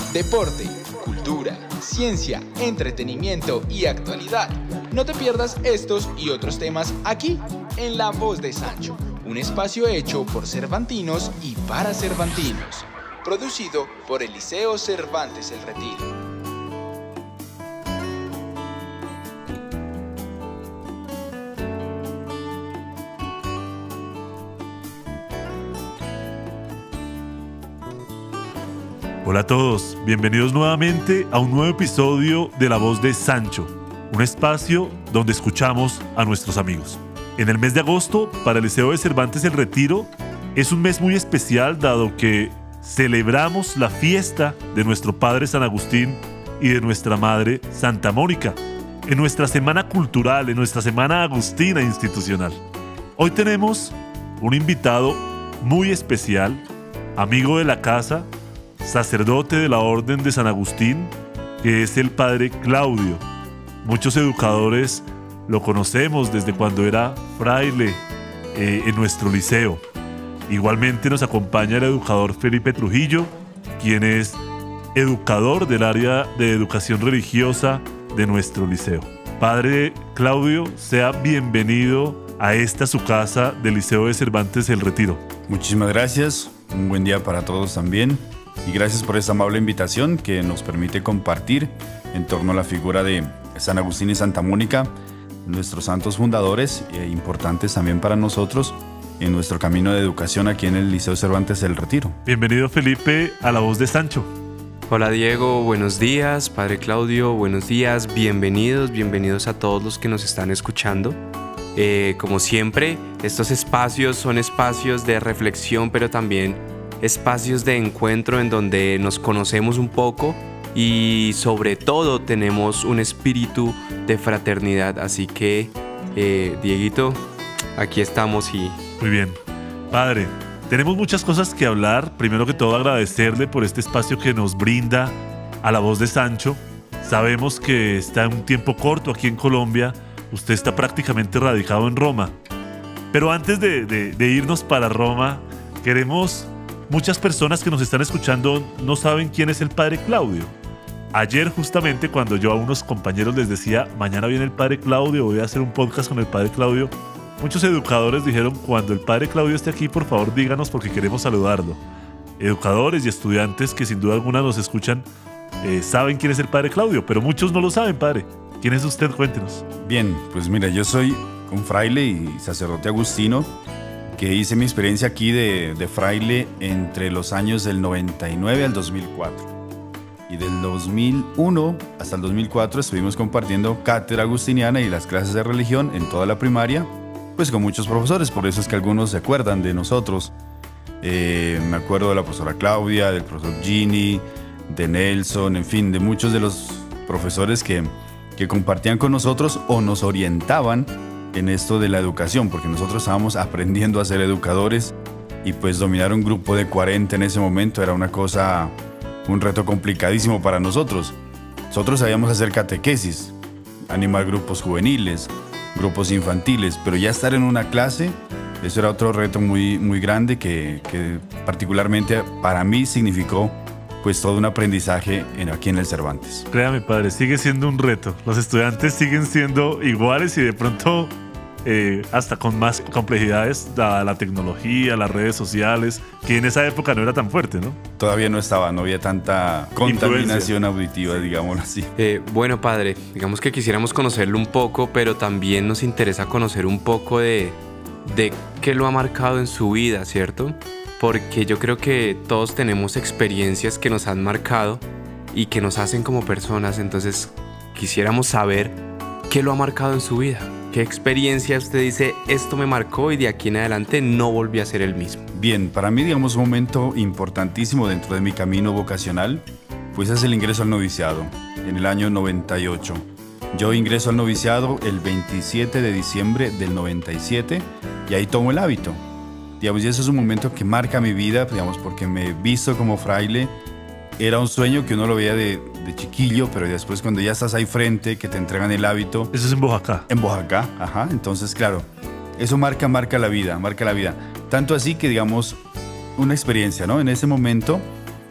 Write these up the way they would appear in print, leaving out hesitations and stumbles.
Deporte, cultura, ciencia, entretenimiento y actualidad. No te pierdas estos y otros temas aquí, en La Voz de Sancho, un espacio hecho por cervantinos y para cervantinos. Producido por el Liceo Cervantes El Retiro. Hola a todos, bienvenidos nuevamente a un nuevo episodio de La Voz de Sancho, un espacio donde escuchamos a nuestros amigos. En el mes de agosto, para el Liceo de Cervantes El Retiro, es un mes muy especial dado que celebramos la fiesta de nuestro Padre San Agustín y de nuestra Madre Santa Mónica, en nuestra semana cultural, en nuestra semana agustina institucional. Hoy tenemos un invitado muy especial, amigo de la casa, sacerdote de la Orden de San Agustín, que es el Padre Claudio. Muchos educadores lo conocemos desde cuando era fraile en nuestro liceo. Igualmente nos acompaña el educador Felipe Trujillo, quien es educador del área de educación religiosa de nuestro liceo. Padre Claudio, sea bienvenido a esta su casa del Liceo de Cervantes El Retiro. Muchísimas gracias, un buen día para todos también. Y gracias por esta amable invitación que nos permite compartir en torno a la figura de San Agustín y Santa Mónica, nuestros santos fundadores e importantes también para nosotros en nuestro camino de educación aquí en el Liceo Cervantes del Retiro. Bienvenido, Felipe, a La Voz de Sancho. Hola Diego, buenos días. Padre Claudio, buenos días. Bienvenidos a todos los que nos están escuchando. Como siempre, estos espacios son espacios de reflexión, pero también espacios de encuentro en donde nos conocemos un poco y sobre todo tenemos un espíritu de fraternidad. Así que, Dieguito, aquí estamos y... Muy bien. Padre, tenemos muchas cosas que hablar. Primero que todo, agradecerle por este espacio que nos brinda a La Voz de Sancho. Sabemos que está en un tiempo corto aquí en Colombia. Usted está prácticamente radicado en Roma. Pero antes de irnos para Roma, queremos... Muchas personas que nos están escuchando no saben quién es el Padre Claudio. Ayer justamente cuando yo a unos compañeros les decía, mañana viene el Padre Claudio, voy a hacer un podcast con el Padre Claudio, muchos educadores dijeron, cuando el Padre Claudio esté aquí, por favor díganos porque queremos saludarlo. Educadores y estudiantes que sin duda alguna nos escuchan saben quién es el Padre Claudio, pero muchos no lo saben, Padre. ¿Quién es usted? Cuéntenos. Bien, pues mira, yo soy un fraile y sacerdote agustino que hice mi experiencia aquí de fraile entre los años del 99 al 2004. Y del 2001 hasta el 2004 estuvimos compartiendo cátedra agustiniana y las clases de religión en toda la primaria, pues con muchos profesores, por eso es que algunos se acuerdan de nosotros. Me acuerdo de la profesora Claudia, del profesor Gini, de Nelson, en fin, de muchos de los profesores que compartían con nosotros o nos orientaban en esto de la educación, porque nosotros estábamos aprendiendo a ser educadores y pues dominar un grupo de 40 en ese momento era un reto complicadísimo para nosotros. Nosotros sabíamos hacer catequesis, animar grupos juveniles, grupos infantiles, pero ya estar en una clase, eso era otro reto muy, muy grande que particularmente para mí significó pues todo un aprendizaje aquí en el Cervantes. Créame, padre, sigue siendo un reto. Los estudiantes siguen siendo iguales y de pronto hasta con más complejidades, dada la tecnología, las redes sociales, que en esa época no era tan fuerte, ¿no? Todavía no había tanta contaminación auditiva, digámoslo así. Bueno, padre, digamos que quisiéramos conocerlo un poco, pero también nos interesa conocer un poco de qué lo ha marcado en su vida, ¿cierto? Porque yo creo que todos tenemos experiencias que nos han marcado y que nos hacen como personas, entonces quisiéramos saber qué lo ha marcado en su vida. ¿Qué experiencia usted dice, esto me marcó y de aquí en adelante no volví a ser el mismo? Bien, para mí, digamos, un momento importantísimo dentro de mi camino vocacional, pues es el ingreso al noviciado, en el año 98. Yo ingreso al noviciado el 27 de diciembre del 97 y ahí tomo el hábito. Digamos, y eso es un momento que marca mi vida, digamos, porque me he visto como fraile. Era un sueño que uno lo veía de chiquillo, pero después cuando ya estás ahí frente, que te entregan el hábito. Eso es en Boyacá. En Boyacá, ajá. Entonces, claro, eso marca la vida. Tanto así que, digamos, una experiencia, ¿no? En ese momento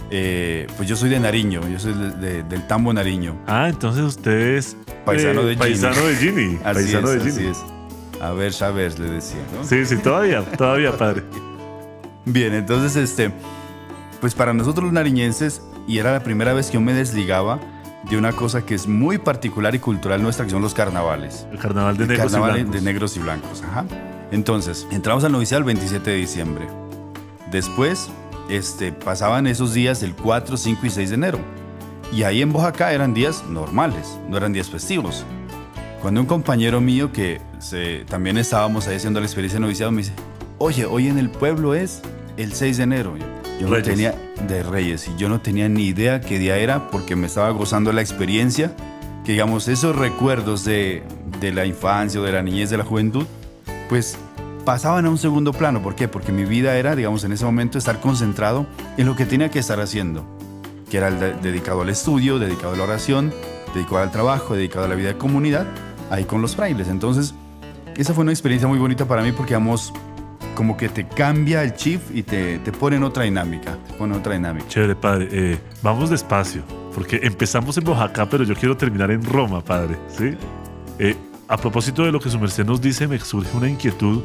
pues yo soy de Nariño, yo soy del Tambo Nariño. Ah, entonces usted es Paisano de Gini. Paisano de Gini. Así Paisano es, de así Gini. es. A ver, Chávez le decía, ¿no? Sí, todavía, padre. Bien, entonces, pues para nosotros los nariñenses, y era la primera vez que yo me desligaba de una cosa que es muy particular y cultural nuestra, que son los carnavales. El carnaval de negros Carnaval y blancos. de negros y blancos, ajá. Entonces, entramos al noviciado el 27 de diciembre. Después, pasaban esos días del 4, 5 y 6 de enero. Y ahí en Boyacá eran días normales, no eran días festivos. Cuando un compañero mío que también estábamos ahí haciendo la experiencia de noviciado me dice, oye, hoy en el pueblo es el 6 de enero. Yo no Reyes. tenía de Reyes y yo no tenía ni idea qué día era porque me estaba gozando la experiencia, que digamos esos recuerdos de la infancia o de la niñez, de la juventud, pues pasaban a un segundo plano. ¿Por qué? Porque mi vida era, digamos, en ese momento estar concentrado en lo que tenía que estar haciendo, que era dedicado al estudio, dedicado a la oración, dedicado al trabajo, dedicado a la vida de comunidad, ahí con los frailes. Entonces, esa fue una experiencia muy bonita para mí porque, digamos, como que te cambia el chip y te pone en otra dinámica. Chévere, padre. Vamos despacio, porque empezamos en Boyacá, pero yo quiero terminar en Roma, padre. ¿Sí? A propósito de lo que su merced nos dice, me surge una inquietud,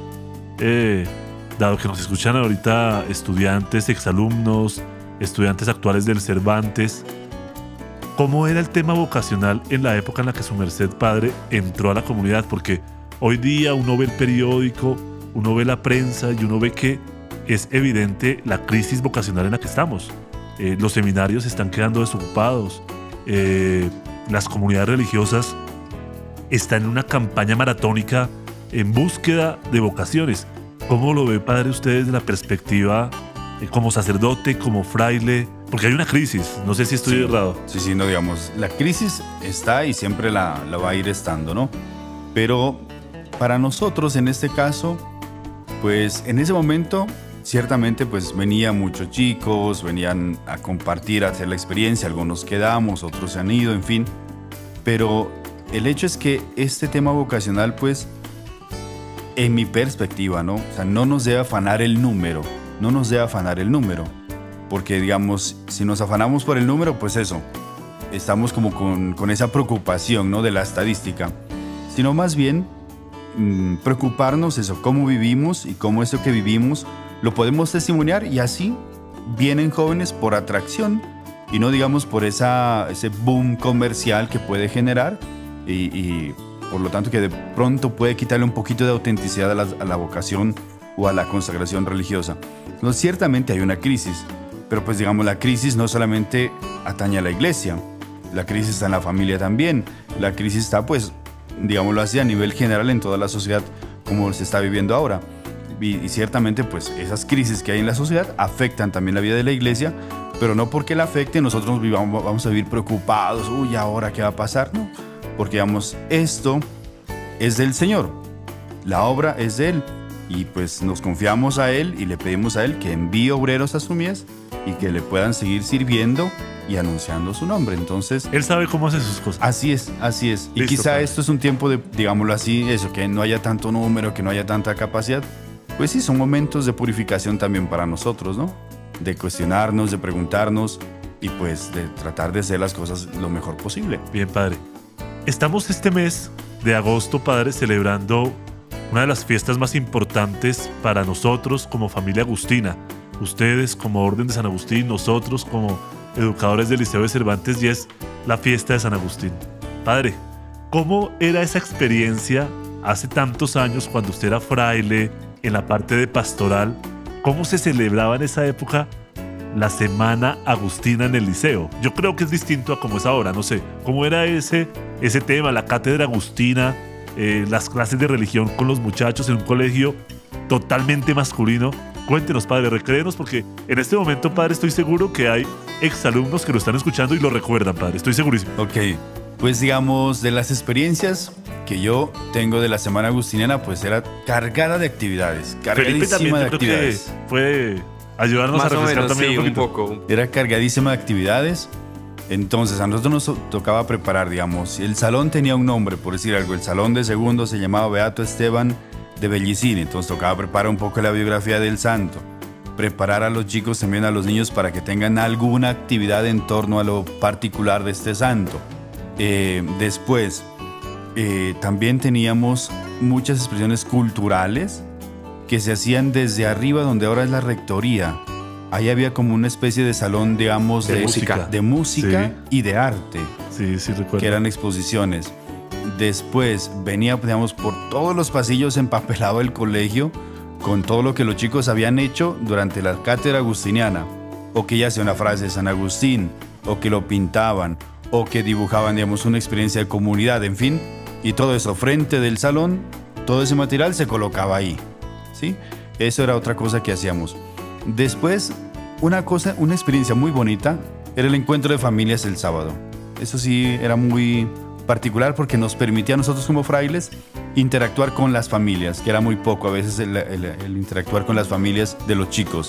dado que nos escuchan ahorita estudiantes, exalumnos, estudiantes actuales del Cervantes. ¿Cómo era el tema vocacional en la época en la que su merced, padre, entró a la comunidad? Porque hoy día uno ve el periódico, uno ve la prensa y uno ve que es evidente la crisis vocacional en la que estamos. Los seminarios se están quedando desocupados. Las comunidades religiosas están en una campaña maratónica en búsqueda de vocaciones. ¿Cómo lo ve, padre, usted desde la perspectiva como sacerdote, como fraile? Porque hay una crisis, no sé si estoy errado. Sí, no, digamos, la crisis está y siempre la va a ir estando, ¿no? Pero para nosotros, en este caso, pues en ese momento, ciertamente, pues venían muchos chicos, venían a compartir, a hacer la experiencia, algunos quedamos, otros se han ido, en fin. Pero el hecho es que este tema vocacional, pues, en mi perspectiva, ¿no? O sea, no nos debe afanar el número, porque, digamos, si nos afanamos por el número, pues eso, estamos como con esa preocupación, ¿no? De la estadística, sino más bien preocuparnos eso, cómo vivimos y cómo eso que vivimos lo podemos testimoniar, y así vienen jóvenes por atracción y no, digamos, por ese boom comercial que puede generar y por lo tanto que de pronto puede quitarle un poquito de autenticidad a la vocación o a la consagración religiosa. Entonces, ciertamente hay una crisis, pero pues digamos, la crisis no solamente atañe a la iglesia, la crisis está en la familia también, la crisis está, pues, digámoslo así, a nivel general en toda la sociedad como se está viviendo ahora. Y ciertamente, pues, esas crisis que hay en la sociedad afectan también la vida de la iglesia, pero no porque la afecte nosotros vamos a vivir preocupados, uy, ¿ahora qué va a pasar? No, porque, digamos, esto es del Señor, la obra es de Él, y pues nos confiamos a Él y le pedimos a Él que envíe obreros a su mies y que le puedan seguir sirviendo y anunciando su nombre. Entonces, Él sabe cómo hace sus cosas. así es. Y Listo, quizá padre. esto es un tiempo de, digámoslo así, eso, que no haya tanto número, que no haya tanta capacidad. Pues sí, son momentos de purificación también para nosotros, ¿no? De cuestionarnos, de preguntarnos y pues de tratar de hacer las cosas lo mejor posible. Bien, padre. Estamos este mes de agosto, padre, celebrando una de las fiestas más importantes para nosotros como familia agustina. Ustedes como Orden de San Agustín, nosotros como educadores del Liceo de Cervantes, y es la fiesta de San Agustín. Padre, ¿cómo era esa experiencia hace tantos años cuando usted era fraile en la parte de pastoral? ¿Cómo se celebraba en esa época la Semana Agustina en el liceo? Yo creo que es distinto a como es ahora, no sé. ¿Cómo era ese tema, la cátedra agustina, las clases de religión con los muchachos en un colegio totalmente masculino? Cuéntenos, padre, recréenos, porque en este momento, padre, estoy seguro que hay exalumnos que lo están escuchando y lo recuerdan, padre. Estoy segurísimo. Ok, pues digamos, de las experiencias que yo tengo de la Semana Agustiniana, pues era cargada de actividades, Felipe también, cargadísima de yo creo que actividades. puede ayudarnos Más a o refrescar menos, también sí, un un poquito. poco. Era cargadísima de actividades. Entonces a nosotros nos tocaba preparar, digamos, el salón tenía un nombre, por decir algo. El salón de segundo se llamaba Beato Esteban de Bellicini, entonces tocaba preparar un poco la biografía del santo. preparar a los chicos, también a los niños, para que tengan alguna actividad en torno a lo particular de este santo. Después, también teníamos muchas expresiones culturales que se hacían desde arriba, donde ahora es la rectoría. Ahí había como una especie de salón, digamos, de música Sí. y de arte, Sí, recuerdo. que eran exposiciones. Después venía, digamos, por todos los pasillos empapelado el colegio con todo lo que los chicos habían hecho durante la cátedra agustiniana, o que ya sea una frase de San Agustín, o que lo pintaban, o que dibujaban, digamos, una experiencia de comunidad, en fin, y todo eso frente del salón, todo ese material se colocaba ahí, ¿sí? Eso era otra cosa que hacíamos. Después, una experiencia muy bonita era el encuentro de familias el sábado. Eso sí era muy particular porque nos permitía a nosotros como frailes interactuar con las familias, que era muy poco a veces el interactuar con las familias de los chicos,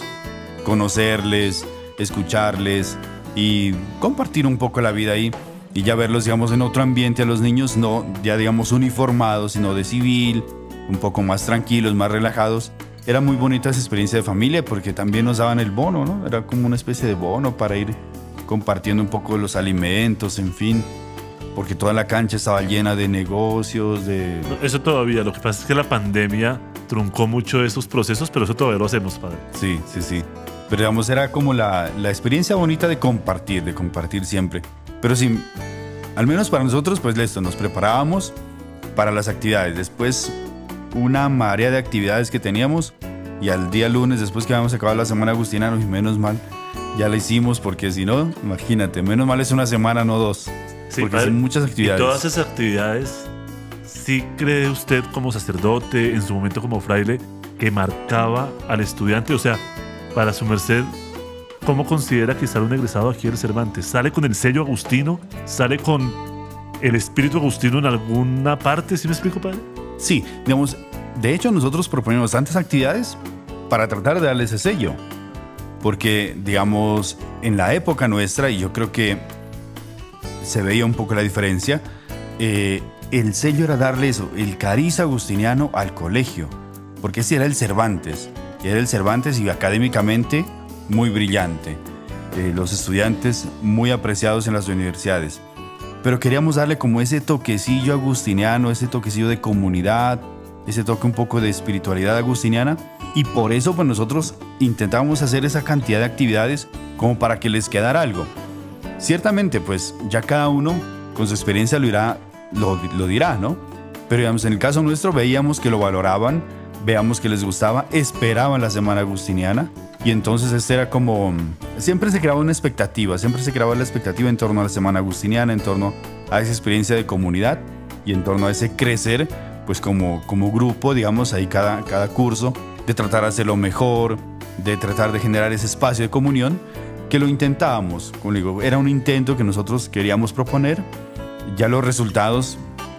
conocerles, escucharles y compartir un poco la vida ahí, y ya verlos, digamos, en otro ambiente a los niños, no ya, digamos, uniformados, sino de civil, un poco más tranquilos, más relajados. Era muy bonita esa experiencia de familia porque también nos daban el bono, ¿no? Era como una especie de bono para ir compartiendo un poco los alimentos, en fin, porque toda la cancha estaba llena de negocios, de... No, eso todavía, lo que pasa es que la pandemia truncó mucho esos procesos, pero eso todavía lo hacemos, padre. Sí. Pero digamos, era como la experiencia bonita de compartir siempre. Pero sí, al menos para nosotros, pues listo, nos preparábamos para las actividades. Después, una marea de actividades que teníamos, y al día lunes, después que habíamos acabado la semana agustina, y menos mal, ya la hicimos, porque si no, imagínate, menos mal es una semana, no dos. Sí, porque padre, son muchas actividades. Y todas esas actividades, ¿sí cree usted como sacerdote, en su momento como fraile, que marcaba al estudiante? O sea, para su merced, ¿cómo considera que sale un egresado aquí del Cervantes? ¿Sale con el sello agustino? ¿Sale con el espíritu agustino en alguna parte? ¿Sí me explico, padre? Sí, digamos, de hecho nosotros proponemos tantas actividades para tratar de darle ese sello. Porque, digamos, en la época nuestra, y yo creo que se veía un poco la diferencia, el sello era darle eso, el cariz agustiniano al colegio. Porque ese era el Cervantes. Y era el Cervantes y académicamente muy brillante. Los estudiantes muy apreciados en las universidades. Pero queríamos darle como ese toquecillo agustiniano, ese toquecillo de comunidad, ese toque un poco de espiritualidad agustiniana. Y por eso pues nosotros intentábamos hacer esa cantidad de actividades como para que les quedara algo. Ciertamente pues ya cada uno con su experiencia lo dirá, ¿no? Pero digamos, en el caso nuestro veíamos que lo valoraban, veíamos que les gustaba, esperaban la semana agustiniana. Y entonces era como, siempre se creaba una expectativa, siempre se creaba la expectativa en torno a la semana agustiniana, en torno a esa experiencia de comunidad y en torno a ese crecer, pues como grupo, digamos, ahí cada curso, de tratar de hacerlo mejor, de tratar de generar ese espacio de comunión, que lo intentábamos, como digo, era un intento que nosotros queríamos proponer, ya los resultados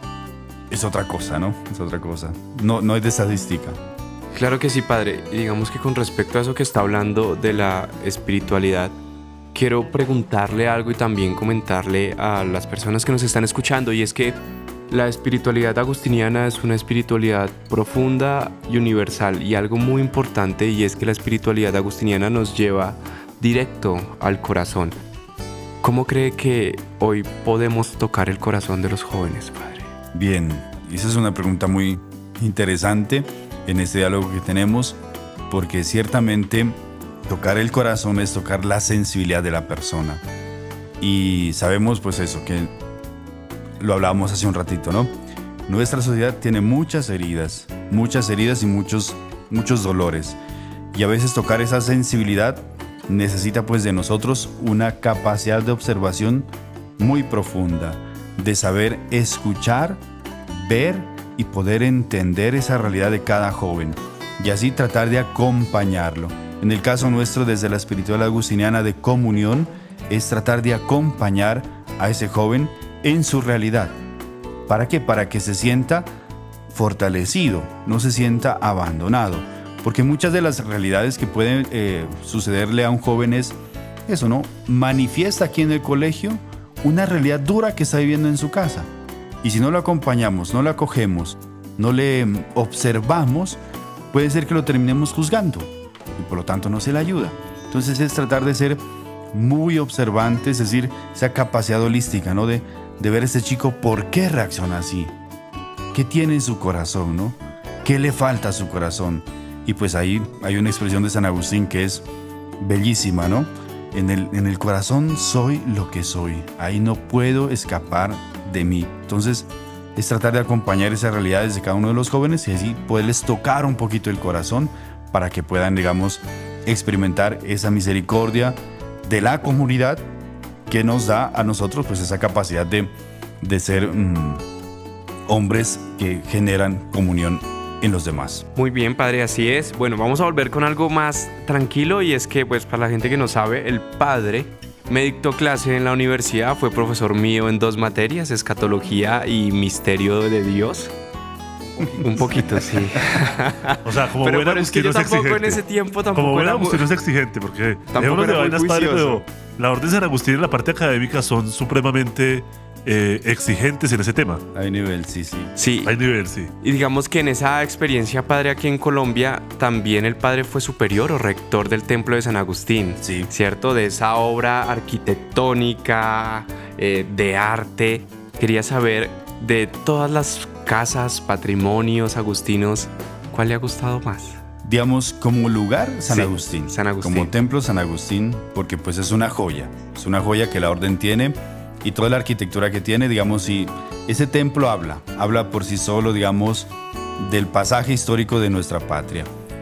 es otra cosa, ¿no? Es otra cosa, no es de estadística. Claro que sí, padre. Y digamos que con respecto a eso que está hablando de la espiritualidad, quiero preguntarle algo y también comentarle a las personas que nos están escuchando, y es que la espiritualidad agustiniana es una espiritualidad profunda y universal, y algo muy importante, y es que la espiritualidad agustiniana nos lleva directo al corazón. ¿Cómo cree que hoy podemos tocar el corazón de los jóvenes, padre? Bien, esa es una pregunta muy interesante en este diálogo que tenemos, porque ciertamente tocar el corazón es tocar la sensibilidad de la persona. Y sabemos pues eso, que lo hablábamos hace un ratito, ¿no? Nuestra sociedad tiene muchas heridas y muchos dolores. Y a veces tocar esa sensibilidad necesita pues de nosotros una capacidad de observación muy profunda, de saber escuchar, ver y poder entender esa realidad de cada joven y así tratar de acompañarlo. En el caso nuestro, desde la espiritualidad agustiniana de comunión, es tratar de acompañar a ese joven en su realidad. ¿Para qué? Para que se sienta fortalecido, no se sienta abandonado. Porque muchas de las realidades que pueden sucederle a un joven es eso, ¿no? Manifiesta aquí en el colegio una realidad dura que está viviendo en su casa. Y si no lo acompañamos, no lo acogemos, no le observamos, puede ser que lo terminemos juzgando. por lo tanto no se le ayuda. Entonces es tratar de ser muy observantes, es decir, esa capacidad holística, ¿no? De ver a ese chico por qué reacciona así, qué tiene en su corazón, ¿no? ¿Qué le falta a su corazón? Y pues ahí hay una expresión de San Agustín que es bellísima, ¿no? En el corazón soy lo que soy, ahí no puedo escapar de mí. Entonces es tratar de acompañar esas realidades de cada uno de los jóvenes y así poderles tocar un poquito el corazón para que puedan, digamos, experimentar esa misericordia de la comunidad que nos da a nosotros pues esa capacidad de ser hombres que generan comunión en los demás. Muy bien, padre, así es. Bueno, vamos a volver con algo más tranquilo y es que, pues, para la gente que no sabe, el padre me dictó clase en la universidad, fue profesor mío en 2 materias, escatología y misterio de Dios. Un poquito, sí. O sea, como pero buen es que agustino yo es tampoco exigente. en ese tiempo tampoco Como buen era agustino es exigente, porque tampoco de era muy vainas, padre, juicioso. pero la orden de San Agustín en la parte académica son supremamente exigentes en ese tema. Hay nivel, sí, sí. Sí. Hay nivel, sí. Y digamos que en esa experiencia, padre, aquí en Colombia, también el padre fue superior o rector del Templo de San Agustín. Sí. ¿Cierto? De esa obra arquitectónica, de arte. Quería saber, de todas las casas, patrimonios agustinos, ¿cuál le ha gustado más? Digamos, como lugar, San Sí, Agustín. San Agustín. Como templo, San Agustín, porque pues es una joya. Es una joya que la orden tiene y toda la arquitectura que tiene, digamos, y ese templo habla por sí solo, digamos, del pasaje histórico de nuestra patria.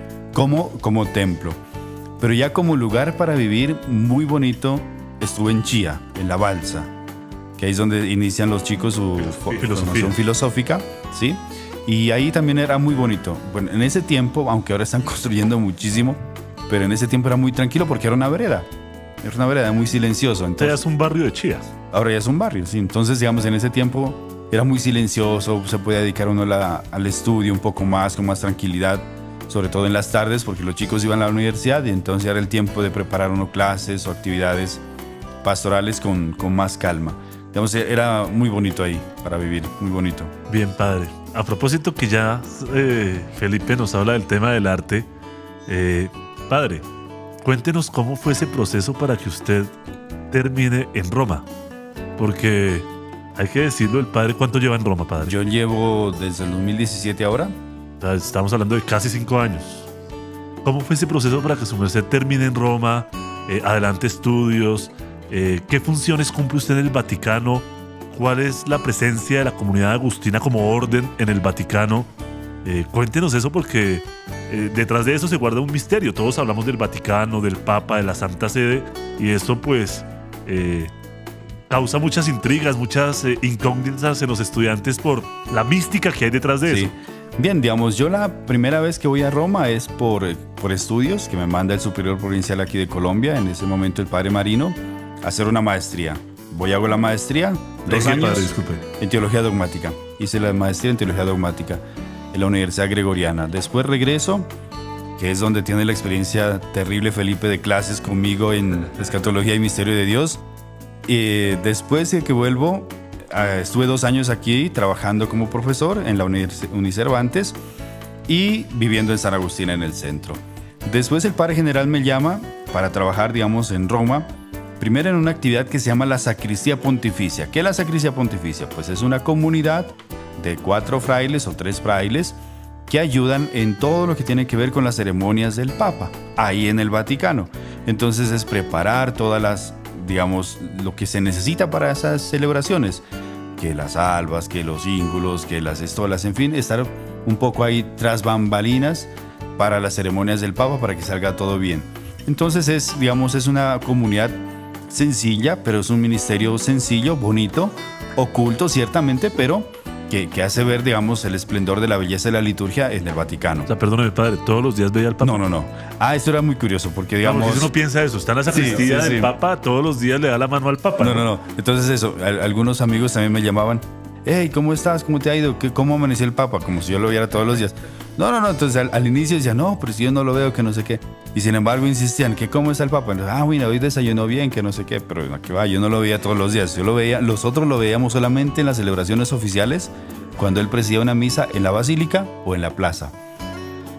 Como templo. Pero ya como lugar para vivir, muy bonito, estuve en Chía, en La Balsa, que ahí es donde inician los chicos su formación filosófica, ¿sí? Y ahí también era muy bonito. Bueno, en ese tiempo, aunque ahora están construyendo muchísimo, pero en ese tiempo era muy tranquilo porque era una vereda. Era una vereda muy silencioso. Entonces ya es un barrio de Chía. Ahora ya es un barrio, sí. Entonces, digamos, en ese tiempo era muy silencioso, se podía dedicar uno al estudio un poco más, con más tranquilidad, sobre todo en las tardes, porque los chicos iban a la universidad y entonces era el tiempo de preparar uno clases o actividades pastorales con más calma. Digamos, era muy bonito ahí para vivir, muy bonito. Bien, padre. A propósito que ya Felipe nos habla del tema del arte, padre, cuéntenos cómo fue ese proceso para que usted termine en Roma. Porque hay que decirlo, el padre, ¿cuánto lleva en Roma, padre? Yo llevo desde el 2017 ahora. O sea, estamos hablando de casi 5 años. ¿Cómo fue ese proceso para que su merced termine en Roma, adelante estudios? ¿Qué funciones cumple usted en el Vaticano? ¿Cuál es la presencia de la comunidad agustina como orden en el Vaticano? Cuéntenos eso porque detrás de eso se guarda un misterio. Todos hablamos del Vaticano, del Papa, de la Santa Sede y esto pues causa muchas intrigas, muchas incógnitas en los estudiantes por la mística que hay detrás de eso. Bien, digamos, yo la primera vez que voy a Roma es por estudios que me manda el superior provincial aquí de Colombia, en ese momento el padre Marino, a hacer una maestría. Voy a hacer la maestría, 2 años, padre, disculpe. en teología dogmática. Hice la maestría en teología dogmática en la Universidad Gregoriana. Después regreso, que es donde tiene la experiencia terrible Felipe de clases conmigo en escatología y misterio de Dios. Y después de que vuelvo, estuve 2 años aquí trabajando como profesor en la Unicervantes y viviendo en San Agustín en el centro. Después el padre general me llama para trabajar, digamos, en Roma, primero en una actividad que se llama la Sacristía Pontificia. ¿Qué es la Sacristía Pontificia? Pues es una comunidad de 4 frailes o 3 frailes que ayudan en todo lo que tiene que ver con las ceremonias del Papa, ahí en el Vaticano. Entonces es preparar todas las, digamos, lo que se necesita para esas celebraciones, que las albas, que los íngulos, que las estolas, en fin, estar un poco ahí tras bambalinas para las ceremonias del Papa, para que salga todo bien. Entonces es, digamos, es una comunidad sencilla, pero es un ministerio sencillo, bonito, oculto ciertamente, pero que hace ver, digamos, el esplendor de la belleza de la liturgia en el Vaticano. O sea, perdóneme, padre, ¿todos los días veía al Papa? No. Esto era muy curioso, porque digamos... Digamos, uno piensa eso, está en la sacristía del Papa, todos los días le da la mano al Papa. No. Entonces eso, algunos amigos también me llamaban, hey, ¿cómo estás? ¿Cómo te ha ido? ¿Cómo amaneció el Papa? Como si yo lo viera todos los días. No. Entonces al inicio decía, no, pero si yo no lo veo, que no sé qué. Y sin embargo insistían, que ¿cómo está el Papa? Entonces, bueno, hoy desayunó bien, que no sé qué. Pero que va, yo no lo veía todos los días. Yo lo veía, nosotros lo veíamos solamente en las celebraciones oficiales, cuando él presidía una misa en la basílica o en la plaza.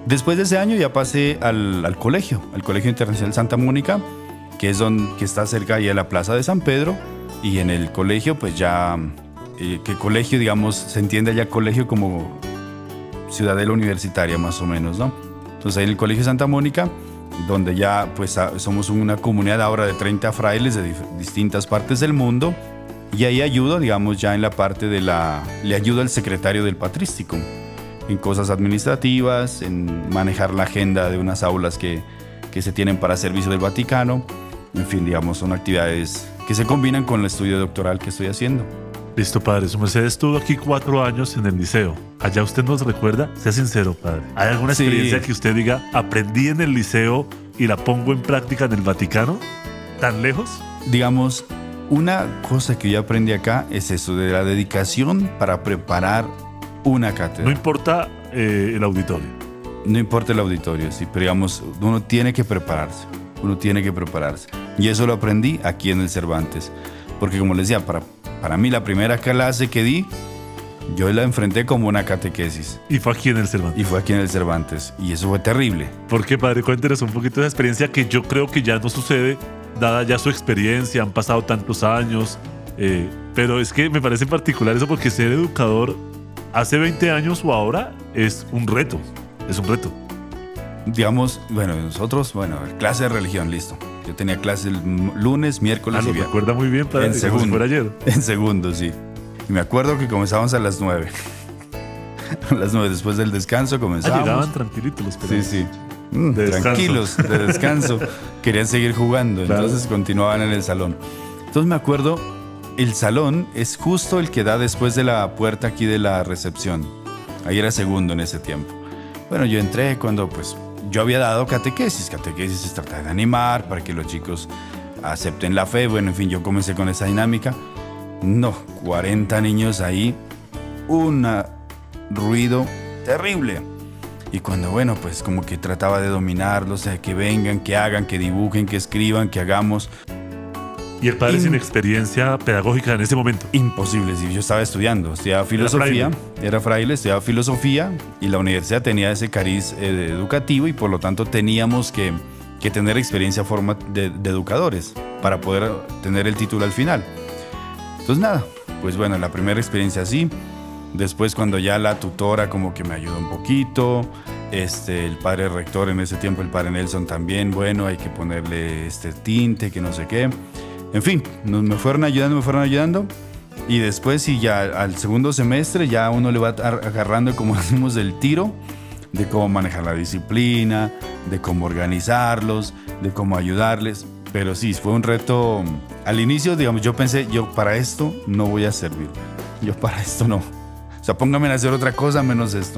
Después de ese año ya pasé al Colegio Internacional Santa Mónica, que está cerca ahí de la Plaza de San Pedro. Y en el colegio, pues ya, que colegio, digamos, se entiende ya colegio como ciudadela universitaria más o menos, ¿no? Entonces ahí en el Colegio Santa Mónica, donde ya pues somos una comunidad ahora de 30 frailes de distintas partes del mundo, y ahí ayudo, digamos, ya en la parte le ayudo al secretario del patrístico en cosas administrativas, en manejar la agenda de unas aulas que se tienen para servicio del Vaticano. En fin, digamos, son actividades que se combinan con el estudio doctoral que estoy haciendo. Listo, padre. Su merced estuvo aquí 4 años en el liceo. ¿Allá usted nos recuerda? Sea sincero, padre. ¿Hay alguna experiencia que usted diga, aprendí en el liceo y la pongo en práctica en el Vaticano? ¿Tan lejos? Digamos, una cosa que yo aprendí acá es eso, de la dedicación para preparar una cátedra. No importa el auditorio. No importa el auditorio, sí, pero digamos, uno tiene que prepararse. Uno tiene que prepararse. Y eso lo aprendí aquí en el Cervantes. Porque como les decía, para mí la primera clase que di, yo la enfrenté como una catequesis. Y fue aquí en el Cervantes. Y fue aquí en el Cervantes. Y eso fue terrible. ¿Por qué, padre? Cuéntenos un poquito de esa experiencia que yo creo que ya no sucede, dada ya su experiencia, han pasado tantos años. Pero es que me parece en particular eso porque ser educador hace 20 años o ahora es un reto. Es un reto. Digamos, bueno, nosotros, clase de religión, listo. Yo tenía clase el lunes, miércoles y viernes. ¿Lo recuerda muy bien, padre? En segundo. Como si fuera ayer. En segundo, sí. Y me acuerdo que comenzábamos a las 9. A las 9 después del descanso comenzábamos. Llegaban tranquilitos los pelados. Sí, sí. Tranquilos, de descanso. Querían seguir jugando, claro. Entonces continuaban en el salón. Entonces me acuerdo, el salón es justo el que da después de la puerta aquí de la recepción. Ahí era segundo en ese tiempo. Bueno, yo entré cuando pues yo había dado catequesis. Catequesis se trata de animar para que los chicos acepten la fe. Bueno, en fin, yo comencé con esa dinámica. No, 40 niños ahí, un ruido terrible. Y cuando, bueno, pues como que trataba de dominarlos, o sea, que vengan, que hagan, que dibujen, que escriban, que hagamos. ¿Y el padre sin experiencia pedagógica en ese momento? Imposible, sí, yo estaba estudiando filosofía, era fraile, estudiaba filosofía y la universidad tenía ese cariz educativo y por lo tanto teníamos que tener experiencia de educadores para poder tener el título al final. Entonces nada, pues bueno, la primera experiencia así. Después cuando ya la tutora como que me ayudó un poquito, el padre rector en ese tiempo, el padre Nelson también, bueno, hay que ponerle tinte, que no sé qué. En fin, me fueron ayudando y después sí, ya al segundo semestre ya uno le va agarrando, como decimos, el tiro de cómo manejar la disciplina, de cómo organizarlos, de cómo ayudarles. Pero sí, fue un reto. Al inicio, digamos, yo pensé, yo para esto no voy a servir. Yo para esto no. O sea, póngame a hacer otra cosa menos esto.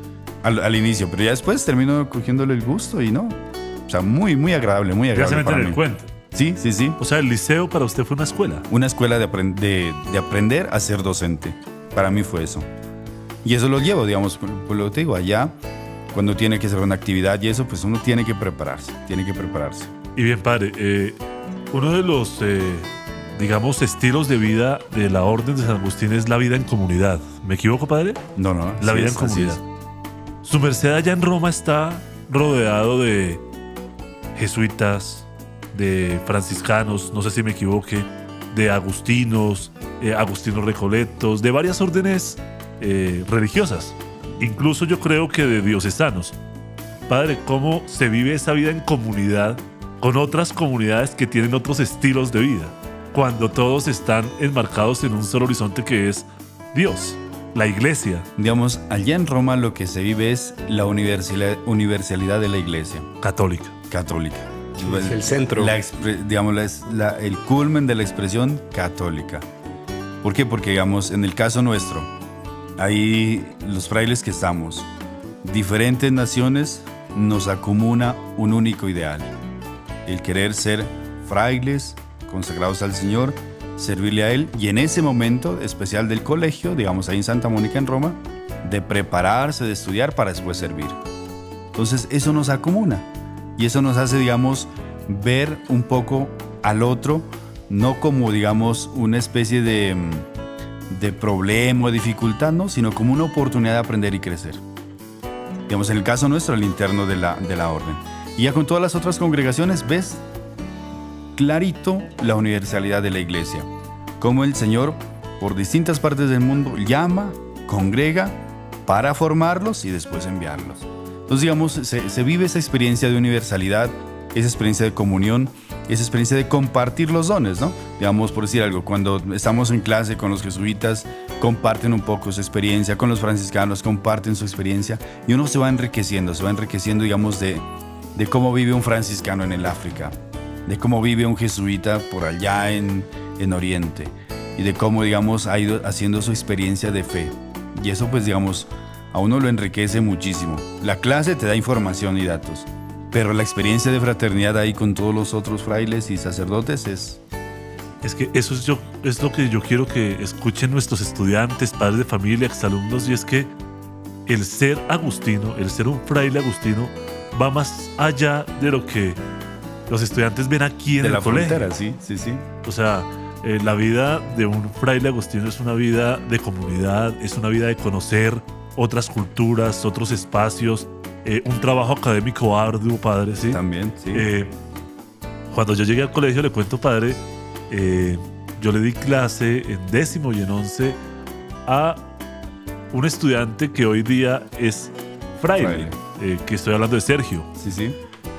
Al inicio, pero ya después termino cogiéndole el gusto y no. O sea, muy, muy agradable, muy agradable. Ya se meten en el cuento. Sí, sí, sí. O sea, el liceo para usted fue una escuela. Una escuela de aprender a ser docente. Para mí fue eso. Y eso lo llevo, digamos, por lo que te digo, allá, cuando tiene que hacer una actividad y eso, pues uno tiene que prepararse. Y bien, padre, uno de los, digamos, estilos de vida de la Orden de San Agustín es la vida en comunidad. ¿Me equivoco, padre? No. La vida en comunidad. Su merced allá en Roma está rodeado de jesuitas, de franciscanos, no sé si me equivoque, de agustinos, agustinos recoletos, de varias órdenes religiosas. Incluso yo creo que de diocesanos. Padre, ¿cómo se vive esa vida en comunidad con otras comunidades que tienen otros estilos de vida, cuando todos están enmarcados en un solo horizonte que es Dios, la iglesia? Digamos, allá en Roma lo que se vive es la universalidad de la iglesia. Católica. Es el centro. El culmen de la expresión católica. ¿Por qué? Porque, digamos, en el caso nuestro, ahí los frailes que estamos, diferentes naciones, nos acumula un único ideal. El querer ser frailes, consagrados al Señor, servirle a Él, y en ese momento especial del colegio, digamos ahí en Santa Mónica en Roma, de prepararse, de estudiar para después servir. Entonces eso nos acumula y eso nos hace, digamos, ver un poco al otro, no como, digamos, una especie de problema o dificultad, ¿no? Sino como una oportunidad de aprender y crecer. Digamos, en el caso nuestro, al interno de la orden. Y ya con todas las otras congregaciones, ves clarito la universalidad de la iglesia. Cómo el Señor, por distintas partes del mundo, llama, congrega para formarlos y después enviarlos. Entonces, digamos, se vive esa experiencia de universalidad, esa experiencia de comunión, esa experiencia de compartir los dones, ¿no? Digamos, por decir algo, cuando estamos en clase con los jesuitas, comparten un poco su experiencia, con los franciscanos comparten su experiencia, y uno se va enriqueciendo, digamos, de cómo vive un franciscano en el África, de cómo vive un jesuita por allá en Oriente, y de cómo, digamos, ha ido haciendo su experiencia de fe. Y eso, pues, digamos, a uno lo enriquece muchísimo. La clase te da información y datos, pero la experiencia de fraternidad ahí con todos los otros frailes y sacerdotes es... Es que eso es lo que yo quiero que escuchen nuestros estudiantes, padres de familia, exalumnos, y es que el ser agustino, el ser un fraile agustino, va más allá de lo que los estudiantes ven aquí en el colegio. De la frontera, sí. O sea, la vida de un fraile agustino es una vida de comunidad, es una vida de conocer otras culturas, otros espacios, un trabajo académico arduo, padre, ¿sí? También, sí. Cuando yo llegué al colegio, le cuento, padre, yo le di clase en 10º y en 11 a un estudiante que hoy día es fraile. Que estoy hablando de Sergio. Sí.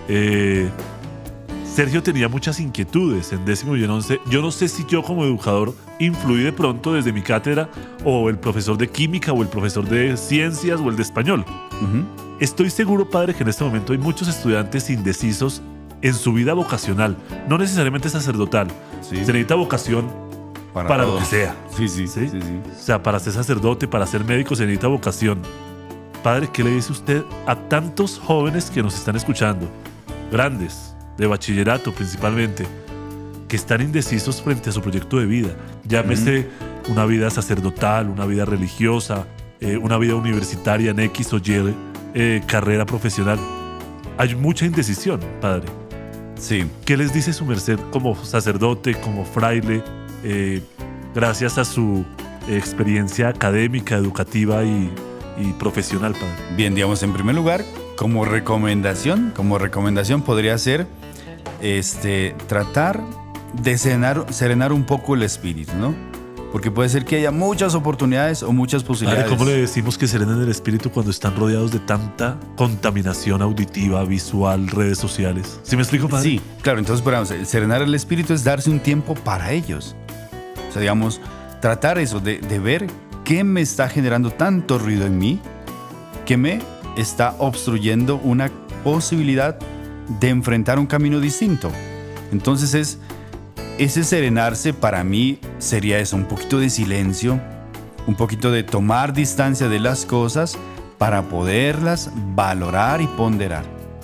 Sergio tenía muchas inquietudes en 10º y en 11. Yo no sé si yo como educador influí de pronto desde mi cátedra, o el profesor de química, o el profesor de ciencias, o el de español. Estoy seguro, padre, que en este momento hay muchos estudiantes indecisos en su vida vocacional, no necesariamente sacerdotal. Sí. Se necesita vocación para lo que sea. Sí. O sea, para ser sacerdote, para ser médico, se necesita vocación. Padre, ¿qué le dice usted a tantos jóvenes que nos están escuchando? Grandes, de bachillerato principalmente, que están indecisos frente a su proyecto de vida. Llámese una vida sacerdotal, una vida religiosa, una vida universitaria en X o Y carrera profesional. Hay mucha indecisión, padre. Sí. ¿Qué les dice su merced como sacerdote, como fraile, gracias a su experiencia académica, educativa y profesional, padre? Bien, digamos, en primer lugar, como recomendación podría ser tratar de serenar un poco el espíritu, ¿no? Porque puede ser que haya muchas oportunidades o muchas posibilidades. Padre, ¿cómo le decimos que serenen el espíritu cuando están rodeados de tanta contaminación auditiva, visual, redes sociales? ¿Sí me explico, padre? Sí, claro. Entonces, digamos, serenar el espíritu es darse un tiempo para ellos. O sea, digamos, tratar eso de ver qué me está generando tanto ruido en mí, que me está obstruyendo una posibilidad de enfrentar un camino distinto. Entonces ese serenarse para mí sería eso, un poquito de silencio, un poquito de tomar distancia de las cosas para poderlas valorar y ponderar.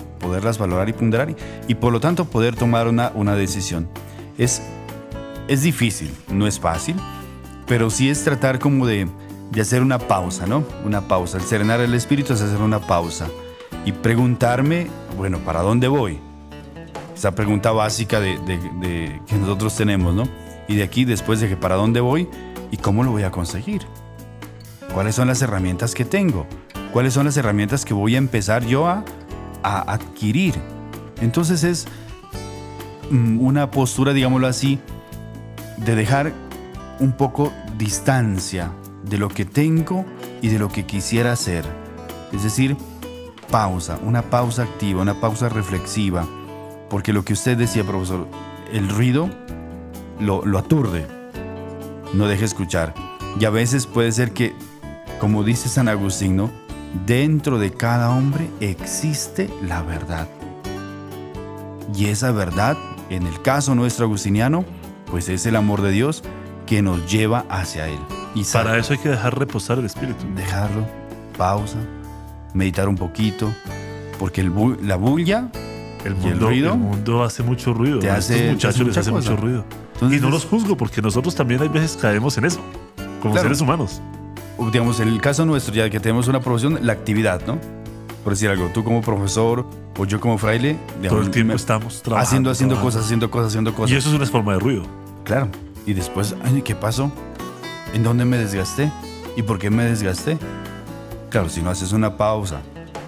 Y por lo tanto poder tomar una decisión. Es difícil, no es fácil, pero sí es tratar como de hacer una pausa, ¿no? Una pausa. El serenar el espíritu es hacer una pausa y preguntarme, bueno, ¿para dónde voy? Esa pregunta básica que nosotros tenemos, ¿no? Y de aquí, después de que ¿para dónde voy? ¿Y cómo lo voy a conseguir? ¿Cuáles son las herramientas que tengo? ¿Cuáles son las herramientas que voy a empezar yo a adquirir? Entonces es una postura, digámoslo así, de dejar un poco distancia de lo que tengo y de lo que quisiera hacer. Es decir, pausa, una pausa activa, una pausa reflexiva. Porque lo que usted decía, profesor, el ruido lo aturde, no deje escuchar. Y a veces puede ser que, como dice San Agustín, ¿no? Dentro de cada hombre existe la verdad. Y esa verdad, en el caso nuestro agustiniano, pues es el amor de Dios que nos lleva hacia Él. Y para eso hay que dejar reposar el espíritu. Dejarlo, pausa, meditar un poquito, porque la bulla... El mundo hace mucho ruido. A estos muchachos les hace mucho ruido. Entonces, y no los juzgo, porque nosotros también hay veces caemos en eso, como seres humanos. Digamos, en el caso nuestro, ya que tenemos una profesión, la actividad, ¿no? Por decir algo, tú como profesor o yo como fraile, digamos, todo el tiempo estamos trabajando. Haciendo cosas. Y eso es una forma de ruido. Claro. Y después, ¿qué pasó? ¿En dónde me desgasté? ¿Y por qué me desgasté? Claro, si no haces una pausa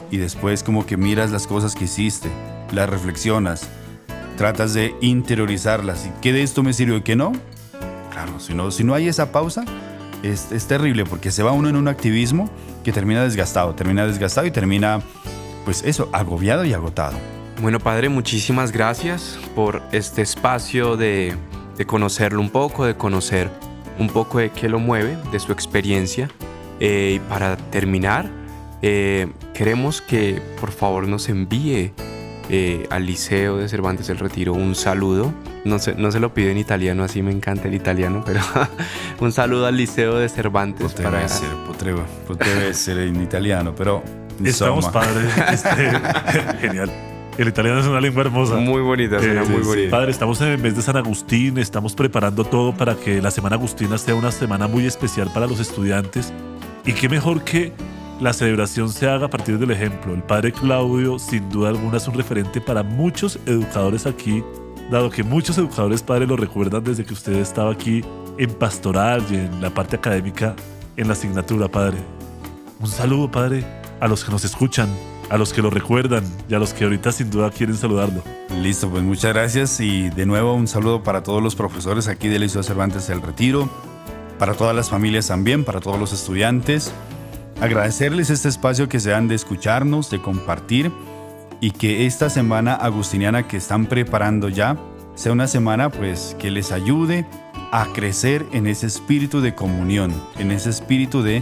y después como que miras las cosas que hiciste, las reflexionas, tratas de interiorizarlas. ¿Y qué de esto me sirvió y qué no? Claro, si no hay esa pausa, es terrible, porque se va uno en un activismo que termina desgastado y termina, pues eso, agobiado y agotado. Bueno, padre, muchísimas gracias por este espacio de conocerlo un poco, de conocer un poco de qué lo mueve, de su experiencia. Y para terminar, queremos que por favor nos envíe al Liceo de Cervantes del Retiro un saludo. No se lo pido en italiano, así me encanta el italiano, pero un saludo al Liceo de Cervantes. Potrebbe essere in italiano, pero Estamos, padre. Genial. El italiano es una lengua hermosa. Muy bonita, suena muy bonita. Padre, estamos en el mes de San Agustín, estamos preparando todo para que la Semana Agustina sea una semana muy especial para los estudiantes. Y qué mejor que la celebración se haga a partir del ejemplo. El padre Claudio, sin duda alguna, es un referente para muchos educadores aquí, dado que muchos educadores, padre, lo recuerdan desde que usted estaba aquí en pastoral y en la parte académica, en la asignatura, padre. Un saludo, padre, a los que nos escuchan, a los que lo recuerdan y a los que ahorita sin duda quieren saludarlo. Listo, pues muchas gracias y de nuevo un saludo para todos los profesores aquí del Liceo Cervantes del Retiro, para todas las familias también, para todos los estudiantes. Agradecerles este espacio que se dan de escucharnos, de compartir, y que esta semana agustiniana que están preparando ya sea una semana pues que les ayude a crecer en ese espíritu de comunión, en ese espíritu de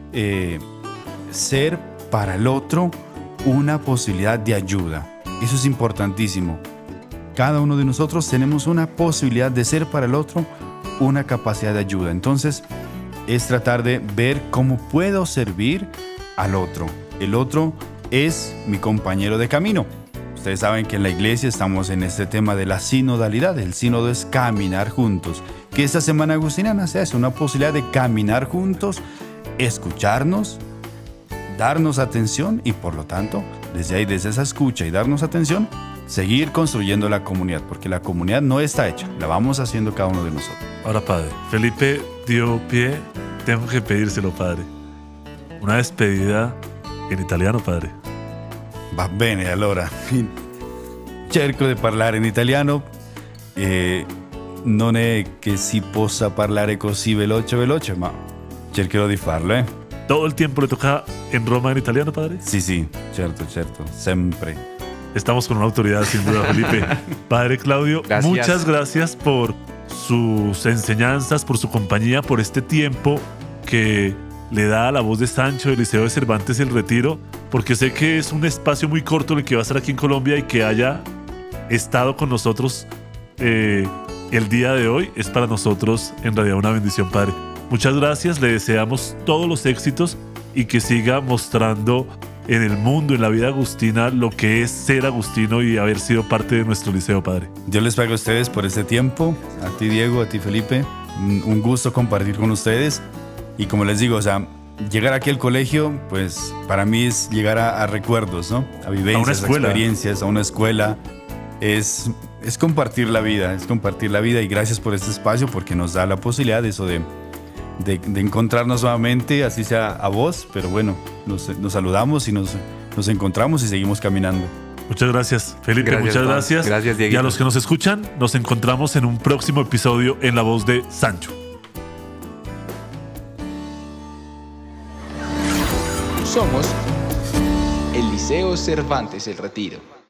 ser para el otro una posibilidad de ayuda. Eso es importantísimo. Cada uno de nosotros tenemos una posibilidad de ser para el otro una capacidad de ayuda. Entonces, es tratar de ver cómo puedo servir al otro. El otro es mi compañero de camino. Ustedes saben que en la iglesia estamos en este tema de la sinodalidad. El sínodo es caminar juntos. Que esta semana agustiniana sea una posibilidad de caminar juntos, escucharnos, darnos atención y por lo tanto, desde ahí, desde esa escucha y darnos atención, seguir construyendo la comunidad, porque la comunidad no está hecha, la vamos haciendo cada uno de nosotros. Ahora, padre, Felipe dio pie, tengo que pedírselo, padre. Una despedida en italiano, padre. Va bene, allora. Cerco di parlare in italiano. Non è che si possa parlare così veloce, ma cercherò di farlo, eh. ¿Todo el tiempo le toca en Roma en italiano, padre? Sí, certo, sempre. Estamos con una autoridad, sin duda, Felipe. Padre Claudio, gracias. Muchas gracias por sus enseñanzas, por su compañía, por este tiempo que le da a La Voz de Sancho del Liceo de Cervantes El Retiro, porque sé que es un espacio muy corto el que va a estar aquí en Colombia, y que haya estado con nosotros el día de hoy es para nosotros en realidad una bendición, padre. Muchas gracias, le deseamos todos los éxitos y que siga mostrando en el mundo, en la vida agustina, lo que es ser agustino y haber sido parte de nuestro liceo, padre. Dios les pague a ustedes por este tiempo, a ti Diego, a ti Felipe, un gusto compartir con ustedes. Y como les digo, o sea, llegar aquí al colegio, pues para mí es llegar a recuerdos, ¿no? A vivencias, a experiencias, a una escuela. Es compartir la vida, y gracias por este espacio porque nos da la posibilidad de eso, de encontrarnos nuevamente, así sea a vos, pero bueno, nos saludamos y nos encontramos y seguimos caminando. Muchas gracias, Felipe, gracias, muchas gracias. Gracias, Dieguito. Y a los que nos escuchan, nos encontramos en un próximo episodio en La Voz de Sancho. Somos el Liceo Cervantes El Retiro.